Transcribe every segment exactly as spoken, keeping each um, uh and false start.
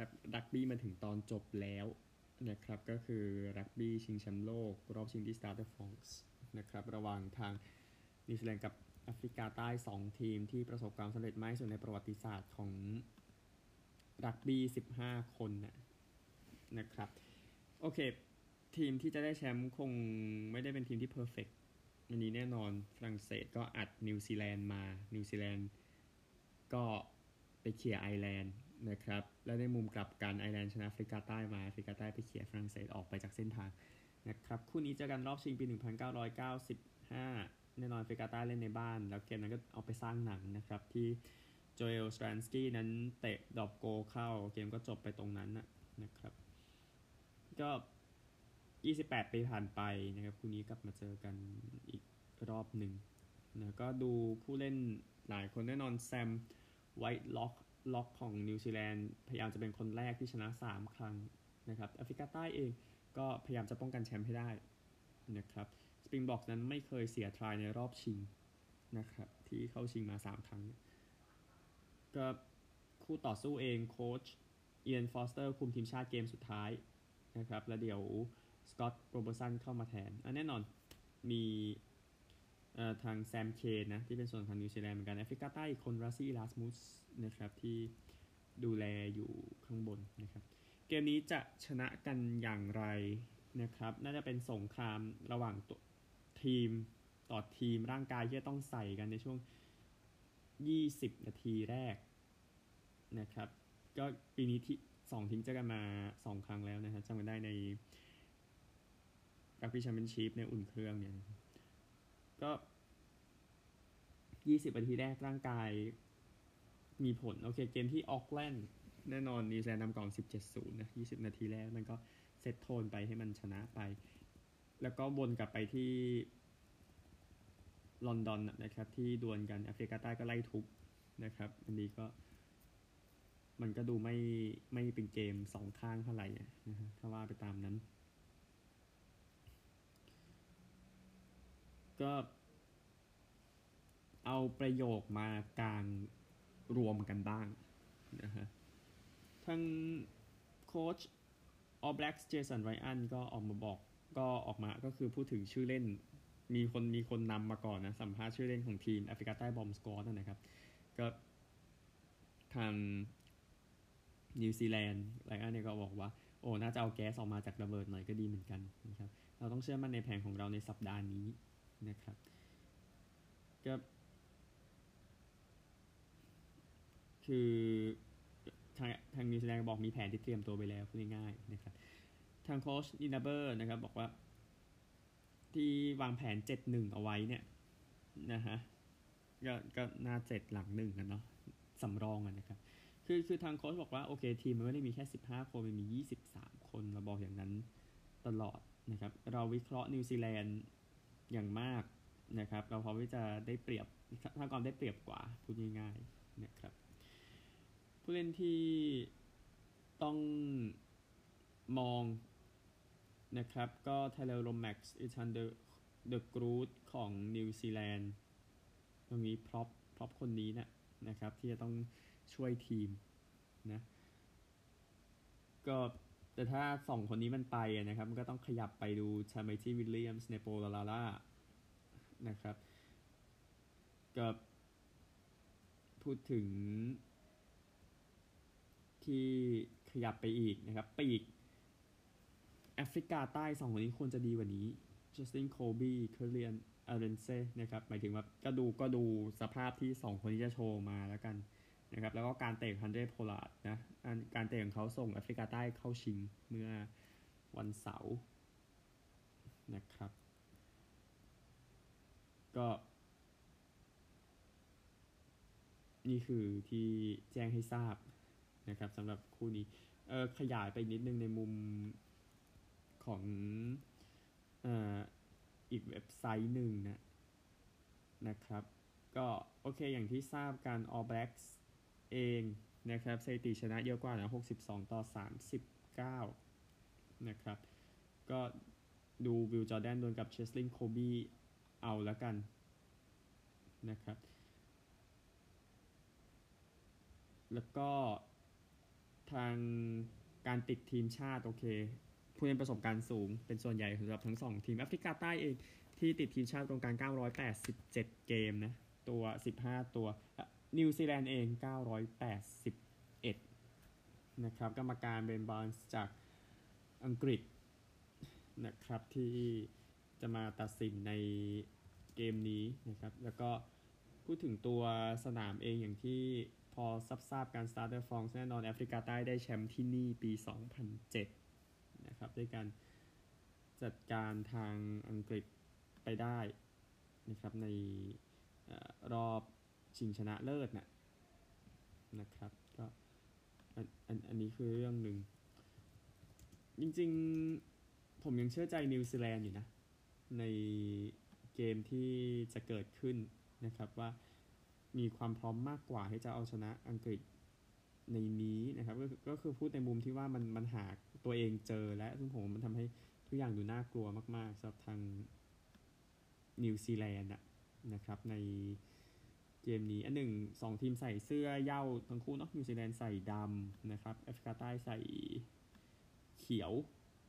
นะครับรักบี้มาถึงตอนจบแล้วนะครับก็คือรักบี้ชิงแชมป์โลกรอบชิงที่ Stade de France นะครับระหว่างทางนิวซีแลนด์กับแอฟริกาใต้สองทีมที่ประสบความสำเร็จมากที่สุดในประวัติศาสตร์ของรักบี้สิบห้าคนนะนะครับโอเคทีมที่จะได้แชมป์คงไม่ได้เป็นทีมที่เพอร์เฟกต์อันนี้แน่นอนฝรั่งเศสก็อัดนิวซีแลนด์มานิวซีแลนด์ก็ไปเขี่ยไอร์แลนด์นะครับแล้วในมุมกลับกันไอร์แลนด์ชนะแอฟริกาใต้มาแอฟริกาใต้ไปเขี่ยฝรั่งเศสออกไปจากเส้นทางนะครับคู่นี้เจอกันรอบชิงปีหนึ่งพันเก้าร้อยเก้าสิบห้าแน่นอนแอฟริกาใต้เล่นในบ้านแล้วเกมนั้นก็เอาไปสร้างหนังนะครับที่โจเอลสแตรนสกี้นั้นเตะดรอปโกเข้าเกมก็จบไปตรงนั้นนะครับก็ยี่สิบแปดปีผ่านไปนะครับคู่นี้กลับมาเจอกันอีกรอบหนึ่งนะก็ดูผู้เล่นหลายคนแน่นอนแซมไวท์ล็อกล็อกของนิวซีแลนด์พยายามจะเป็นคนแรกที่ชนะสามครั้งนะครับแอฟริกาใต้เองก็พยายามจะป้องกันแชมป์ให้ได้นะครับสปริงบ็อกนั้นไม่เคยเสียทรายในรอบชิงนะครับที่เข้าชิงมาสามครั้งก็คู่ต่อสู้เองโค้ชเอียนฟอสเตอร์คุมทีมชาติเกมสุดท้ายนะครับแล้วเดี๋ยวสกอตต์โรเบอร์สันเข้ามาแทนอันแน่นอนมีทางแซมเคนนะที่เป็นส่วนของนิวซีแลนด์เหมือนกันแอฟริกาใต้อีกคนราซี่ลาสมุสนะครับที่ดูแลอยู่ข้างบนนะครับเกมนี้จะชนะกันอย่างไรนะครับน่าจะเป็นสงครามระหว่างทีมต่อทีมร่างกายที่จะต้องใส่กันในช่วงยี่สิบนาทีแรกนะครับก็ปีนี้ที่สองทีมเจอกันมาสองครั้งแล้วนะครับจำกันได้ในรักบี้แชมเปี้ยนชิพในอุ่นเครื่องเนี่ยก็ยี่สิบนาทีแรกร่างกายมีผลโอเคเกมที่ออกแลนด์แน่นอนนิวซีแลนด์นำก่อน สิบเจ็ดศูนย์ นะยี่สิบนาทีแรกมันก็เซตโทนไปให้มันชนะไปแล้วก็วนกลับไปที่ลอนดอนนะครับที่ดวลกันแอฟริกาใต้ก็ไล่ทุบนะครับอันนี้ก็มันก็ดูไม่ไม่เป็นเกมสองข้างเท่าไหร่นะฮะถ้าว่าไปตามนั้นก็เอาประโยคมากลางรวมกันบ้างนะฮะทั้งโค้ชออลแบล็กส์เจสันไรอันก็ออกมาบอกก็ออกมาก็คือพูดถึงชื่อเล่นมีคนมีคนนำมาก่อนนะสัมภาษณ์ชื่อเล่นของทีมแอฟริกาใต้บอมสกอร์นะครับก็ทางนิวซีแลนด์ไรอันเนี่ยก็บอกว่าโอ้น่าจะเอาแก๊สออกมาจากระเบิดหน่อยก็ดีเหมือนกันนะครับเราต้องเชื่อมั่นในแผนของเราในสัปดาห์นี้นะครับก็คือทางทางนิวซีแลนด์บอกมีแผนที่เตรียมตัวไปแล้วพูดง่ายๆนะครับทางโค้ชดินาเบอร์นะครับบอกว่าที่วางแผน เจ็ดหนึ่ง เอาไว้เนี่ยนะฮะก็ก็น่าเจ็ดหลังหนึ่งกันเนาะสำรองกันนะครับคือคือทางโค้ชบอกว่าโอเคทีมมันไม่ได้มีแค่สิบห้าคนมันมียี่สิบสามคนเราบอกอย่างนั้นตลอดนะครับเราวิเคราะห์นิวซีแลนด์อย่างมากนะครับเราพร้อมที่จะได้เปรียบถ้าก่อนได้เปรียบกว่าพูดง่ายๆนะครับผู้เล่นที่ต้องมองนะครับก็ไทเลอร์โรแม็กซ์อิชันเดอร์เดอะกรูดของนิวซีแลนด์ตรงนี้พร็อพพร็อพคนนี้นะนะครับที่จะต้องช่วยทีมนะก็แต่ถ้าสองคนนี้มันไปนะครับมันก็ต้องขยับไปดูชาเมจิวิลเลียมส์เนโปลาลาล่านะครับก็พูดถึงที่ขยับไปอีกนะครับปีกแอฟริกาใต้สองคนนี้ควรจะดีกว่านี้จัสตินโคบี้เคอร์เรียนอาเรนเซ่นะครับหมายถึงว่าก็ดูก็ดูสภาพที่สองคนนี้จะโชว์มาแล้วกันนะครับแล้วก็การเตะฮันเดรโพลาร์ดนะการเตะของเขาส่งแอฟริกาใต้เข้าชิงเมื่อวันเสาร์นะครับก็นี่คือที่แจ้งให้ทราบนะครับสำหรับคู่นี้เออขยายไปนิดนึงในมุมของเอ่ออีกเว็บไซต์หนึ่งนะนะครับก็โอเคอย่างที่ทราบกัน All Blacks เองนะครับสถิติชนะเยอะกว่านะหกสิบสองต่อสามสิบเก้านะครับก็ดูวิลจอร์แดนดวลกับเชสลินโคบี้เอาแล้วกันนะครับแล้วก็ทางการติดทีมชาติโอเคผู้เล่นประสบการณ์สูงเป็นส่วนใหญ่สำหรับทั้งสองทีมแอฟริกาใต้เองที่ติดทีมชาติตรงกลางเก้าร้อยแปดสิบเจ็ดเกมนะตัวสิบห้าตัวนิวซีแลนด์เองเก้าร้อยแปดสิบเอ็ดนะครับกรรมการเบนบาร์นส์จากอังกฤษนะครับที่จะมาตัดสินในเกมนี้นะครับแล้วก็พูดถึงตัวสนามเองอย่างที่พอทราบการ Starter Force แน่นอนแอฟริกาใต้ได้แชมป์ที่นี่ปีสองพันเจ็ดนะครับด้วยการจัดการทางอังกฤษไปได้นะครับในรอบชิงชนะเลิศนะนะครับก็อันอันอันนี้คือเรื่องหนึ่งจริงๆผมยังเชื่อใจนิวซีแลนด์อยู่นะในเกมที่จะเกิดขึ้นนะครับว่ามีความพร้อมมากกว่าที่จะเอาชนะอังกฤษในนี้นะครับก็ก็คือพูดในมุมที่ว่ามันมันหาตัวเองเจอและซึ่งผมมันทำให้ทุกอย่างดูน่ากลัวมากๆสำหรับทางนิวซีแลนด์นะครับในเกมนี้อันหนึ่งสองทีมใส่เสื้อเหย้าทั้งคู่เนาะนิวซีแลนด์ใส่ดำนะครับแอฟริกาใต้ใส่เขียว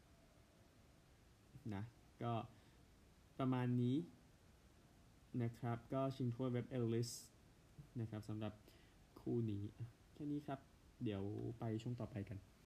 นะก็ประมาณนี้นะครับก็ชิงถ้วยเว็บเอลลิสนะครับสำหรับคู่นี้แค่นี้ครับเดี๋ยวไปช่วงต่อไปกัน